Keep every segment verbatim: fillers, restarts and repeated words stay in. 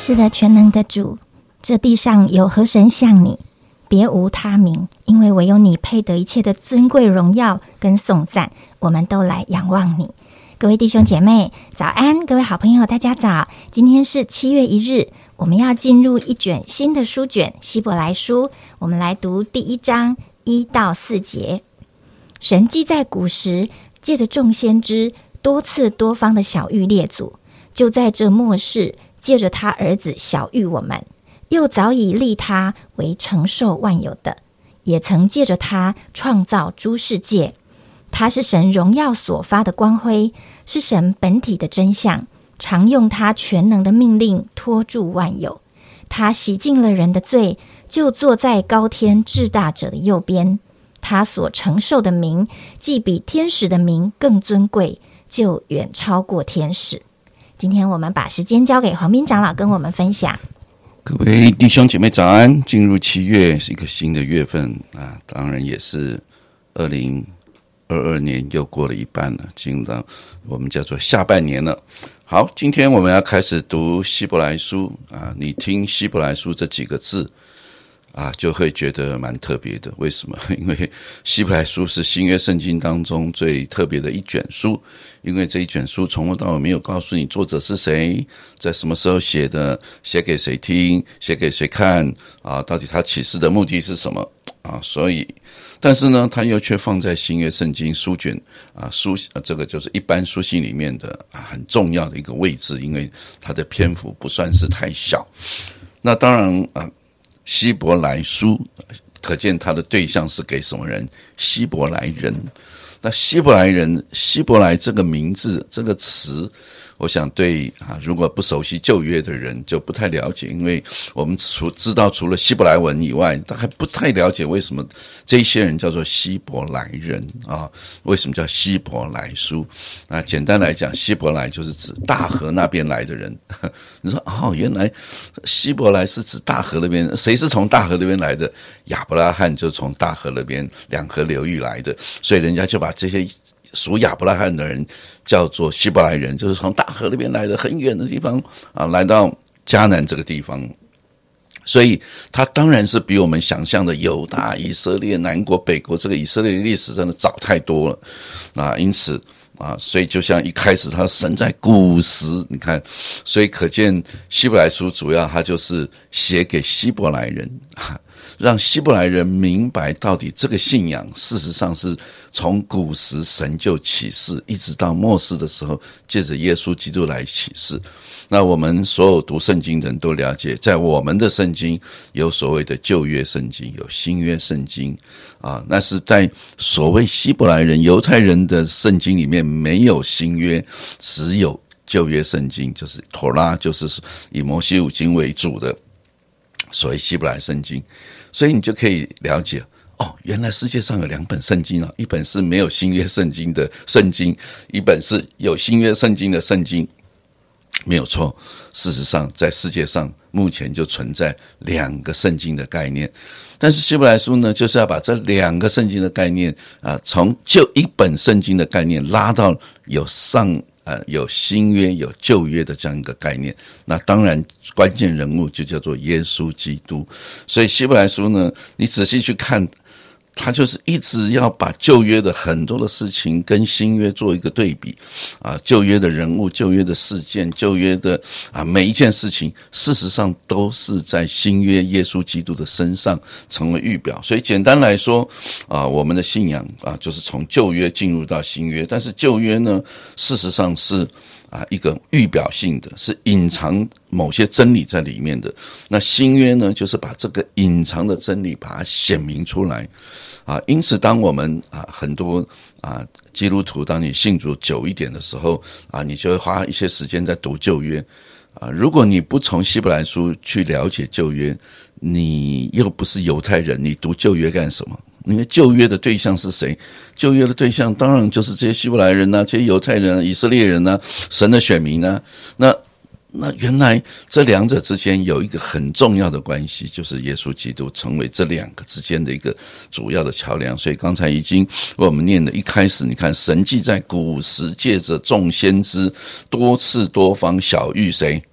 是的，全能的主，这地上有何神像你？别无他名，因为唯有你配得一切的尊贵荣耀跟颂赞，我们都来仰望你。各位弟兄姐妹早安，各位好朋友大家早。今天是七月一日，我们要进入一卷新的书卷希伯来书，我们来读第一章一到四节。神既在古时借着众先知多次多方的晓谕列祖，就在这末世借着他儿子晓谕我们，又早已立他为承受万有的，也曾借着他创造诸世界。他是神荣耀所发的光辉，是神本体的真相，常用他全能的命令托住万有。他洗净了人的罪，就坐在高天至大者的右边。他所承受的名，既比天使的名更尊贵，就远超过天使。今天我们把时间交给黄斌长老跟我们分享。 各位弟兄姐妹早安，进入七月是一个新的月份啊，当然也是二零二二年又过了一半了，进入到我们叫做下半年了。好，今天我们要开始读希伯来书啊，你听希伯来书这几个字啊，就会觉得蛮特别的。为什么？因为希伯来书是新约圣经当中最特别的一卷书，因为这一卷书从头到尾没有告诉你作者是谁，在什么时候写的，写给谁听，写给谁看啊？到底他启示的目的是什么啊？所以，但是呢，他又却放在新约圣经书卷啊书啊这个就是一般书信里面的啊很重要的一个位置，因为它的篇幅不算是太小。那当然啊。希伯来书可见他的对象是给什么人？希伯来人。那希伯来人，希伯来这个名字这个词，我想对啊，如果不熟悉旧约的人就不太了解，因为我们除知道除了希伯来文以外，大概不太了解为什么这些人叫做希伯来人啊？为什么叫希伯来书？啊，简单来讲，希伯来就是指大河那边来的人。你说哦，原来希伯来是指大河那边，谁是从大河那边来的？亚伯拉罕就从大河那边两河流域来的，所以人家就把这些属亚伯拉罕的人叫做希伯来人，就是从大河那边来的，很远的地方啊，来到迦南这个地方。所以他当然是比我们想象的犹大、以色列、南国、北国这个以色列的历史真的早太多了啊，因此啊，所以就像一开始他神在古时，你看，所以可见希伯来书主要他就是写给希伯来人，让希伯来人明白到底这个信仰事实上是从古时神就启示，一直到末世的时候借着耶稣基督来启示。那我们所有读圣经的人都了解，在我们的圣经有所谓的旧约圣经，有新约圣经啊，那是在所谓希伯来人犹太人的圣经里面没有新约，只有旧约圣经，就是妥拉，就是以摩西五经为主的所谓希伯来圣经。所以你就可以了解哦，原来世界上有两本圣经啊，一本是没有新约圣经的圣经，一本是有新约圣经的圣经。没有错，事实上在世界上目前就存在两个圣经的概念，但是希伯来书呢，就是要把这两个圣经的概念啊，从就一本圣经的概念拉到有上呃有新约有旧约的这样一个概念。那当然关键人物就叫做耶稣基督。所以希伯来书呢，你仔细去看，他就是一直要把旧约的很多的事情跟新约做一个对比啊，旧约的人物、旧约的事件、旧约的啊每一件事情，事实上都是在新约耶稣基督的身上成为预表。所以简单来说啊，我们的信仰啊，就是从旧约进入到新约，但是旧约呢，事实上是啊，一个预表性的，是隐藏某些真理在里面的。那新约呢，就是把这个隐藏的真理把它显明出来啊。因此当我们啊很多啊基督徒，当你信主久一点的时候啊，你就会花一些时间在读旧约啊。如果你不从希伯来书去了解旧约，你又不是犹太人，你读旧约干什么？因为旧约的对象是谁？旧约的对象当然就是这些希伯来人啊，这些犹太人啊，以色列人啊，神的选民啊。那那原来这两者之间有一个很重要的关系，就是耶稣基督成为这两个之间的一个主要的桥梁。所以刚才已经为我们念的一开始，你看神既在古时借着众先知多次多方晓谕谁？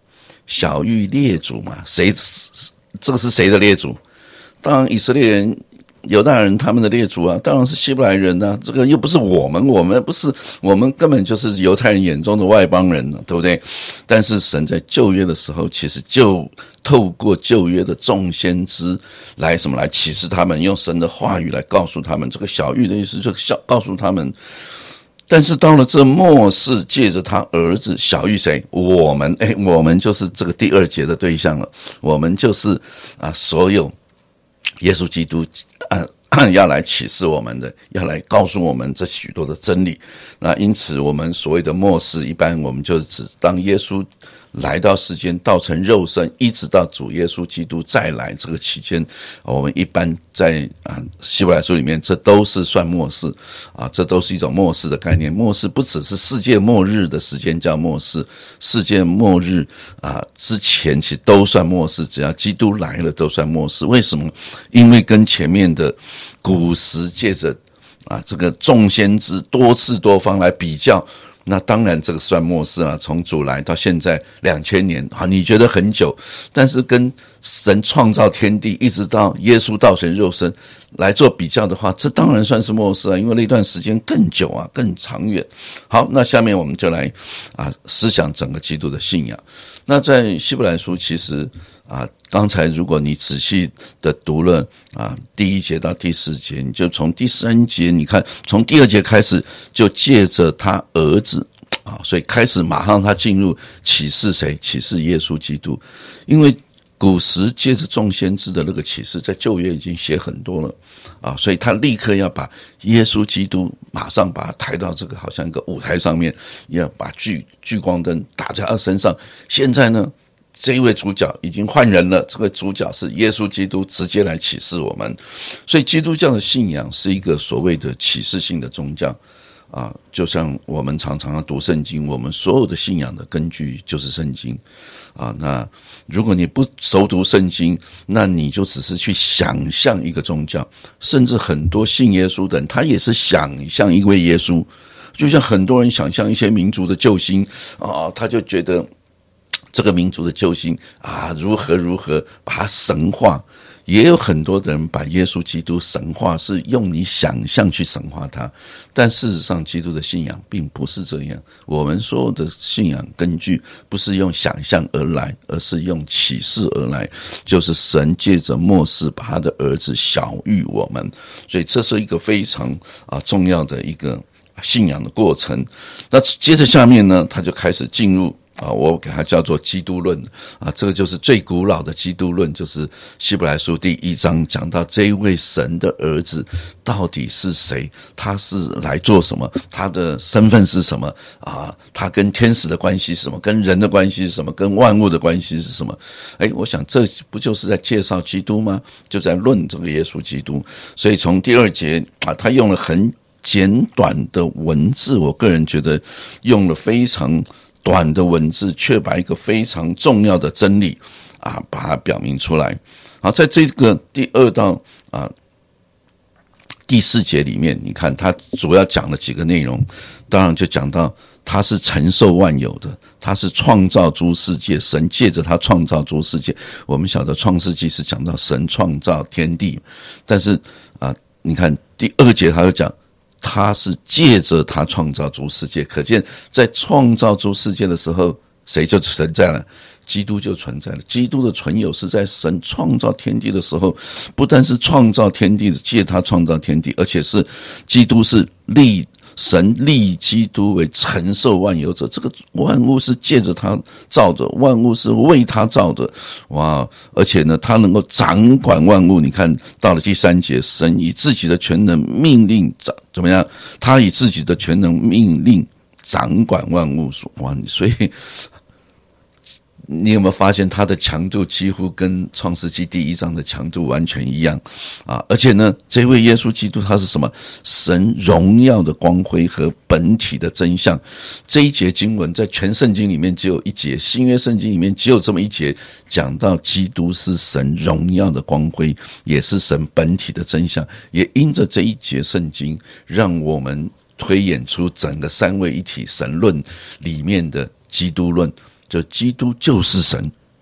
小玉列祖嘛，谁这个是谁的列祖？当然以色列人、犹大人他们的列祖啊，当然是希伯来人啊，这个又不是我们，我们不是，我们根本就是犹太人眼中的外邦人了，对不对？但是神在旧约的时候，其实就透过旧约的众先知来什么来启示他们，用神的话语来告诉他们，这个小玉的意思就是告诉他们。但是到了这末世，借着他儿子小玉谁？我们，哎，我们就是这个第二节的对象了。我们就是啊，所有耶稣基督啊要来启示我们的，要来告诉我们这许多的真理。那因此，我们所谓的末世，一般我们就只当耶稣来到世间，道成肉身，一直到主耶稣基督再来这个期间，我们一般在啊希伯来书里面，这都是算末世啊，这都是一种末世的概念。末世不只是世界末日的时间叫末世，世界末日啊之前其实都算末世，只要基督来了都算末世。为什么？因为跟前面的古时借着啊这个众先知多次多方来比较。那当然这个算末世啊，从主来到现在两千年啊，你觉得很久，但是跟神创造天地一直到耶稣道成肉身来做比较的话，这当然算是末世啊，因为那段时间更久啊，更长远。好，那下面我们就来啊思想整个基督的信仰。那在希伯来书其实啊，刚才如果你仔细的读了啊，第一节到第四节，你就从第三节，你看从第二节开始，就借着他儿子啊，所以开始马上他进入启示谁？启示耶稣基督，因为古时借着众先知的那个启示，在旧约已经写很多了啊，所以他立刻要把耶稣基督马上把他抬到这个好像一个舞台上面，要把聚聚光灯打在他身上。现在呢，这一位主角已经换人了，这位主角是耶稣基督，直接来启示我们。所以基督教的信仰是一个所谓的启示性的宗教啊，就像我们常常要读圣经，我们所有的信仰的根据就是圣经啊。那如果你不熟读圣经，那你就只是去想象一个宗教，甚至很多信耶稣的人，他也是想象一位耶稣，就像很多人想象一些民族的救星啊，他就觉得这个民族的救星啊，如何如何，把它神化。也有很多的人把耶稣基督神化，是用你想象去神化他，但事实上基督的信仰并不是这样。我们所有的信仰根据不是用想象而来，而是用启示而来，就是神借着末世把他的儿子晓谕我们，所以这是一个非常啊重要的一个信仰的过程。那接着下面呢，他就开始进入啊，我给它叫做基督论啊，这个就是最古老的基督论，就是希伯来书第一章讲到这一位神的儿子到底是谁，他是来做什么，他的身份是什么啊？他跟天使的关系是什么？跟人的关系是什么？跟万物的关系是什么？诶，我想这不就是在介绍基督吗？就在论这个耶稣基督。所以从第二节啊，他用了很简短的文字，我个人觉得用了非常短的文字，却把一个非常重要的真理啊，把它表明出来。好，在这个第二到啊第四节里面，你看他主要讲了几个内容，当然就讲到他是承受万有的，他是创造诸世界，神借着他创造诸世界。我们晓得创世纪是讲到神创造天地，但是啊，你看第二节他就讲他是借着他创造诸世界，可见在创造诸世界的时候，谁就存在了？基督就存在了。基督的存有是在神创造天地的时候，不但是创造天地，借他创造天地，而且是基督是立神立基督为承受万有者，这个万物是借着他造的，万物是为他造的，哇！而且呢，他能够掌管万物。你看到了第三节，神以自己的全能命令怎么样？他以自己的全能命令掌管万物，哇！所以你有没有发现它的强度几乎跟创世纪第一章的强度完全一样啊？而且呢，这位耶稣基督他是什么？神荣耀的光辉和本体的真相。这一节经文在全圣经里面只有一节，新约圣经里面只有这么一节讲到基督是神荣耀的光辉，也是神本体的真相。也因着这一节圣经，让我们推演出整个三位一体神论里面的基督论，就基督就是神，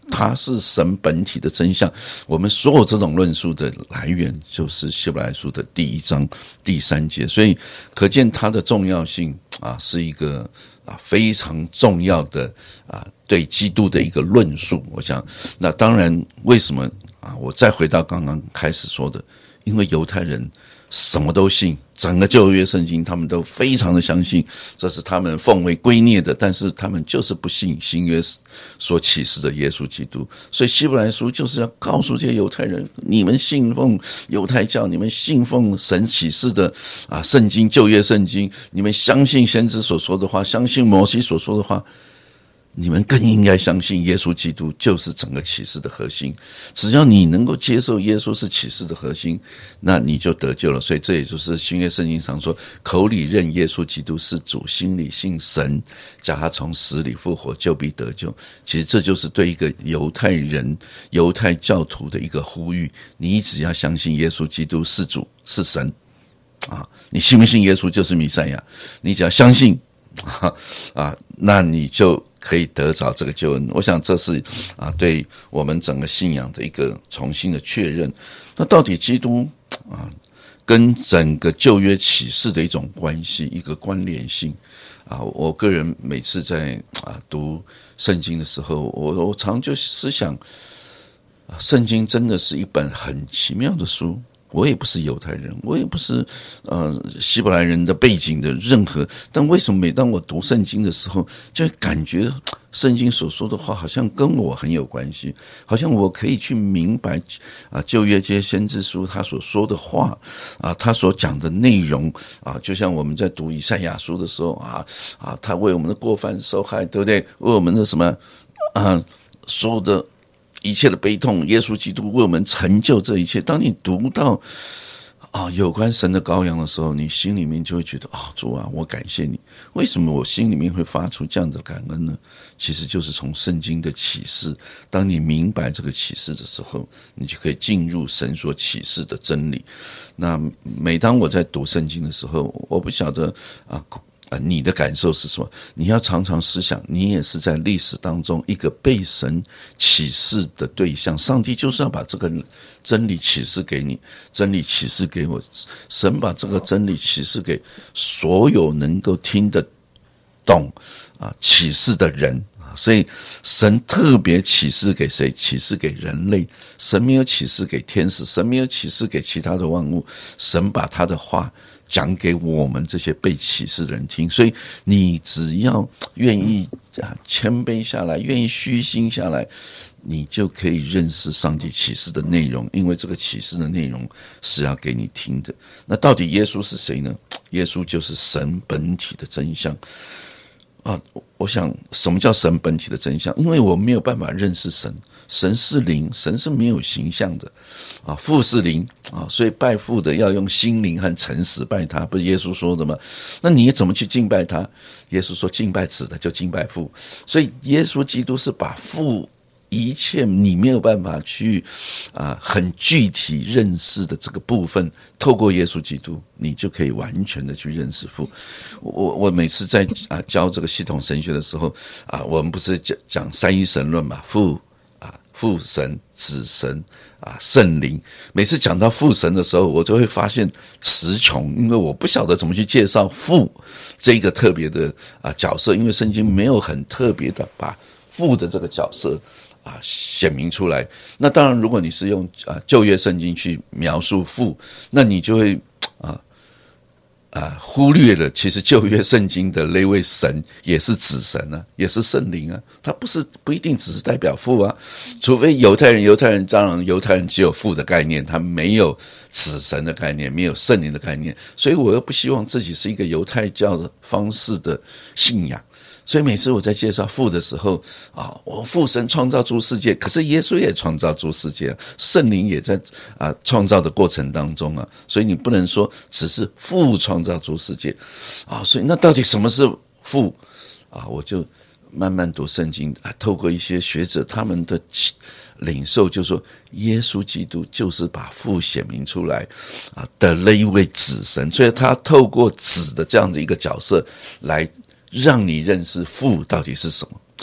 它是神本体的真相。我们所有这种论述的来源就是希伯来书的第一章第三节，所以可见它的重要性啊，是一个啊非常重要的啊对基督的一个论述。我想，那当然为什么啊？我再回到刚刚开始说的，因为犹太人什么都信，整个旧约圣经他们都非常的相信，这是他们奉为圭臬的，但是他们就是不信新约所启示的耶稣基督。所以希伯来书就是要告诉这些犹太人，你们信奉犹太教，你们信奉神启示的啊圣经，旧约圣经，你们相信先知所说的话，相信摩西所说的话，你们更应该相信耶稣基督就是整个启示的核心。只要你能够接受耶稣是启示的核心，那你就得救了。所以这也就是新约圣经上说，口里认耶稣基督是主，心里信神叫他从死里复活，就必得救。其实这就是对一个犹太人犹太教徒的一个呼吁，你只要相信耶稣基督是主是神啊，你信不信耶稣就是弥赛亚，你只要相信啊，那你就可以得着这个救恩。我想这是啊，对我们整个信仰的一个重新的确认。那到底基督啊，跟整个旧约启示的一种关系，一个关联性啊，我个人每次在啊读圣经的时候，我我常就思想，啊，圣经真的是一本很奇妙的书。我也不是犹太人，我也不是呃希伯来人的背景的任何，但为什么每当我读圣经的时候，就感觉圣经所说的话好像跟我很有关系，好像我可以去明白啊旧约这些先知书他所说的话啊，他所讲的内容啊，就像我们在读以赛亚书的时候啊啊，他为我们的过犯受害，对不对？为我们的什么啊所有的一切的悲痛，耶稣基督为我们成就这一切。当你读到啊有关神的羔羊的时候，你心里面就会觉得啊，主啊，我感谢你。为什么我心里面会发出这样的感恩呢？其实就是从圣经的启示，当你明白这个启示的时候，你就可以进入神所启示的真理。那每当我在读圣经的时候，我不晓得啊啊，你的感受是什么？你要常常思想，你也是在历史当中一个被神启示的对象。上帝就是要把这个真理启示给你，真理启示给我。神把这个真理启示给所有能够听得懂啊启示的人。所以神特别启示给谁？启示给人类。神没有启示给天使，神没有启示给其他的万物。神把他的话讲给我们这些被启示的人听。所以你只要愿意谦卑下来，愿意虚心下来，你就可以认识上帝启示的内容，因为这个启示的内容是要给你听的。那到底耶稣是谁呢？耶稣就是神本体的真相啊！我想什么叫神本体的真相？因为我没有办法认识神，神是灵，神是没有形象的啊，父是灵啊，所以拜父的要用心灵和诚实拜他，不是耶稣说的吗？那你怎么去敬拜他？耶稣说敬拜子的就敬拜父，所以耶稣基督是把父一切你没有办法去啊很具体认识的这个部分，透过耶稣基督，你就可以完全的去认识父。我我每次在啊教这个系统神学的时候啊，我们不是讲讲三一神论嘛，父啊父神、子神啊圣灵。每次讲到父神的时候，我就会发现词穷，因为我不晓得怎么去介绍父这个特别的啊角色，因为圣经没有很特别的把父的这个角色啊，显明出来。那当然，如果你是用啊旧约圣经去描述父，那你就会啊啊忽略了，其实旧约圣经的那位神也是子神啊，也是圣灵啊，他不是不一定只是代表父啊。除非犹太人，犹太人当然犹太人只有父的概念，他没有子神的概念，没有圣灵的概念，所以我又不希望自己是一个犹太教的方式的信仰。所以每次我在介绍父的时候啊，我父神创造诸世界，可是耶稣也创造诸世界，圣灵也在啊创造的过程当中啊，所以你不能说只是父创造诸世界啊。所以那到底什么是父啊？我就慢慢读圣经啊，透过一些学者他们的领受，就说耶稣基督就是把父显明出来啊的那一位子神，所以他透过子的这样的一个角色来让你认识父到底是什么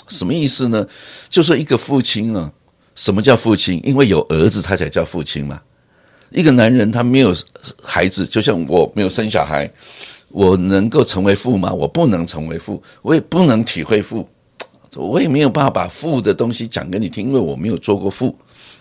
什么意思呢？就说一个父亲啊，什么叫父亲？因为有儿子他才叫父亲嘛。一个男人他没有孩子，就像我没有生小孩，我能够成为父吗？我不能成为父，我也不能体会父，我也没有办法把父的东西讲给你听，因为我没有做过父。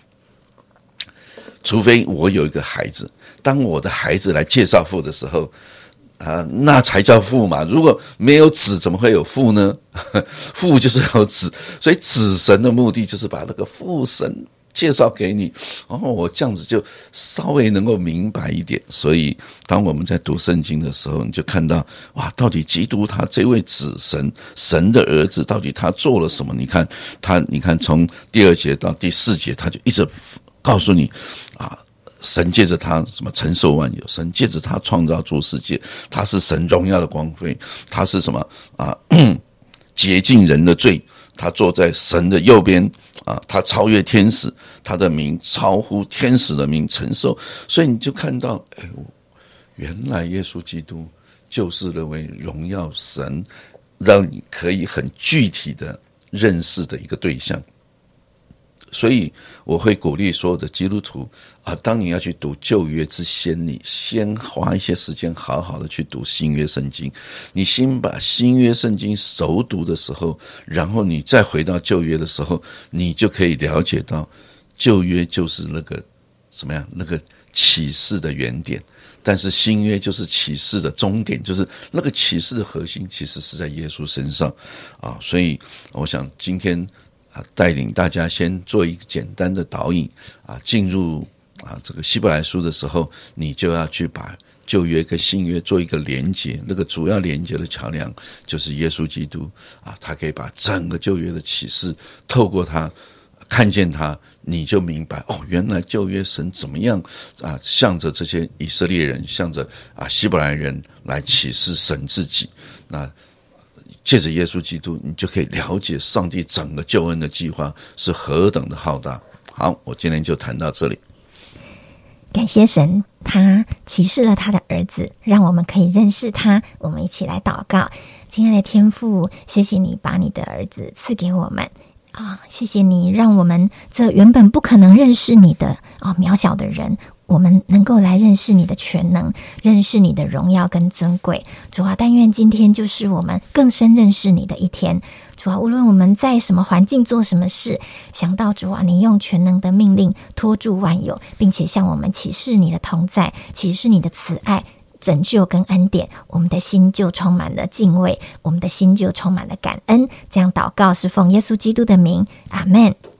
除非我有一个孩子，当我的孩子来介绍父的时候啊，那才叫父嘛。如果没有子，怎么会有父呢？父就是有子，所以子神的目的就是把那个父神介绍给你。哦，我这样子就稍微能够明白一点。所以当我们在读圣经的时候，你就看到哇，到底基督他这位子神神的儿子，到底他做了什么？你看他，你看从第二节到第四节，他就一直告诉你啊。神借着他什么承受万有，神借着他创造诸世界，他是神荣耀的光辉，他是什么啊？洁净人的罪，他坐在神的右边啊，他超越天使，他的名超乎天使的名承受。所以你就看到，哎，原来耶稣基督就是那位荣耀神，让你可以很具体的认识的一个对象。所以我会鼓励所有的基督徒啊，当你要去读旧约之前，你先花一些时间好好的去读新约圣经。你先把新约圣经熟读的时候，然后你再回到旧约的时候，你就可以了解到旧约就是那个什么样，那个启示的原点，但是新约就是启示的终点，就是那个启示的核心其实是在耶稣身上啊。所以我想今天啊，带领大家先做一个简单的导引啊，进入啊这个希伯来书的时候，你就要去把旧约跟新约做一个连结，那个主要连结的桥梁就是耶稣基督啊，他可以把整个旧约的启示透过他看见他，你就明白哦，原来旧约神怎么样啊，向着这些以色列人，向着啊希伯来人来启示神自己。那借着耶稣基督，你就可以了解上帝整个救恩的计划是何等的浩大。好，我今天就谈到这里。 感谢神，他启示了他的儿子，让我们可以认识他。我们一起来祷告。亲爱的天父，谢谢你把你的儿子赐给我们啊！谢谢你让我们这原本不可能认识你的啊渺小的人，我们能够来认识你的全能，认识你的荣耀跟尊贵。主啊，但愿今天就是我们更深认识你的一天。主啊，无论我们在什么环境做什么事，想到主啊，你用全能的命令托住万有，并且向我们启示你的同在，启示你的慈爱、拯救跟恩典，我们的心就充满了敬畏，我们的心就充满了感恩。这样祷告是奉耶稣基督的名，阿们。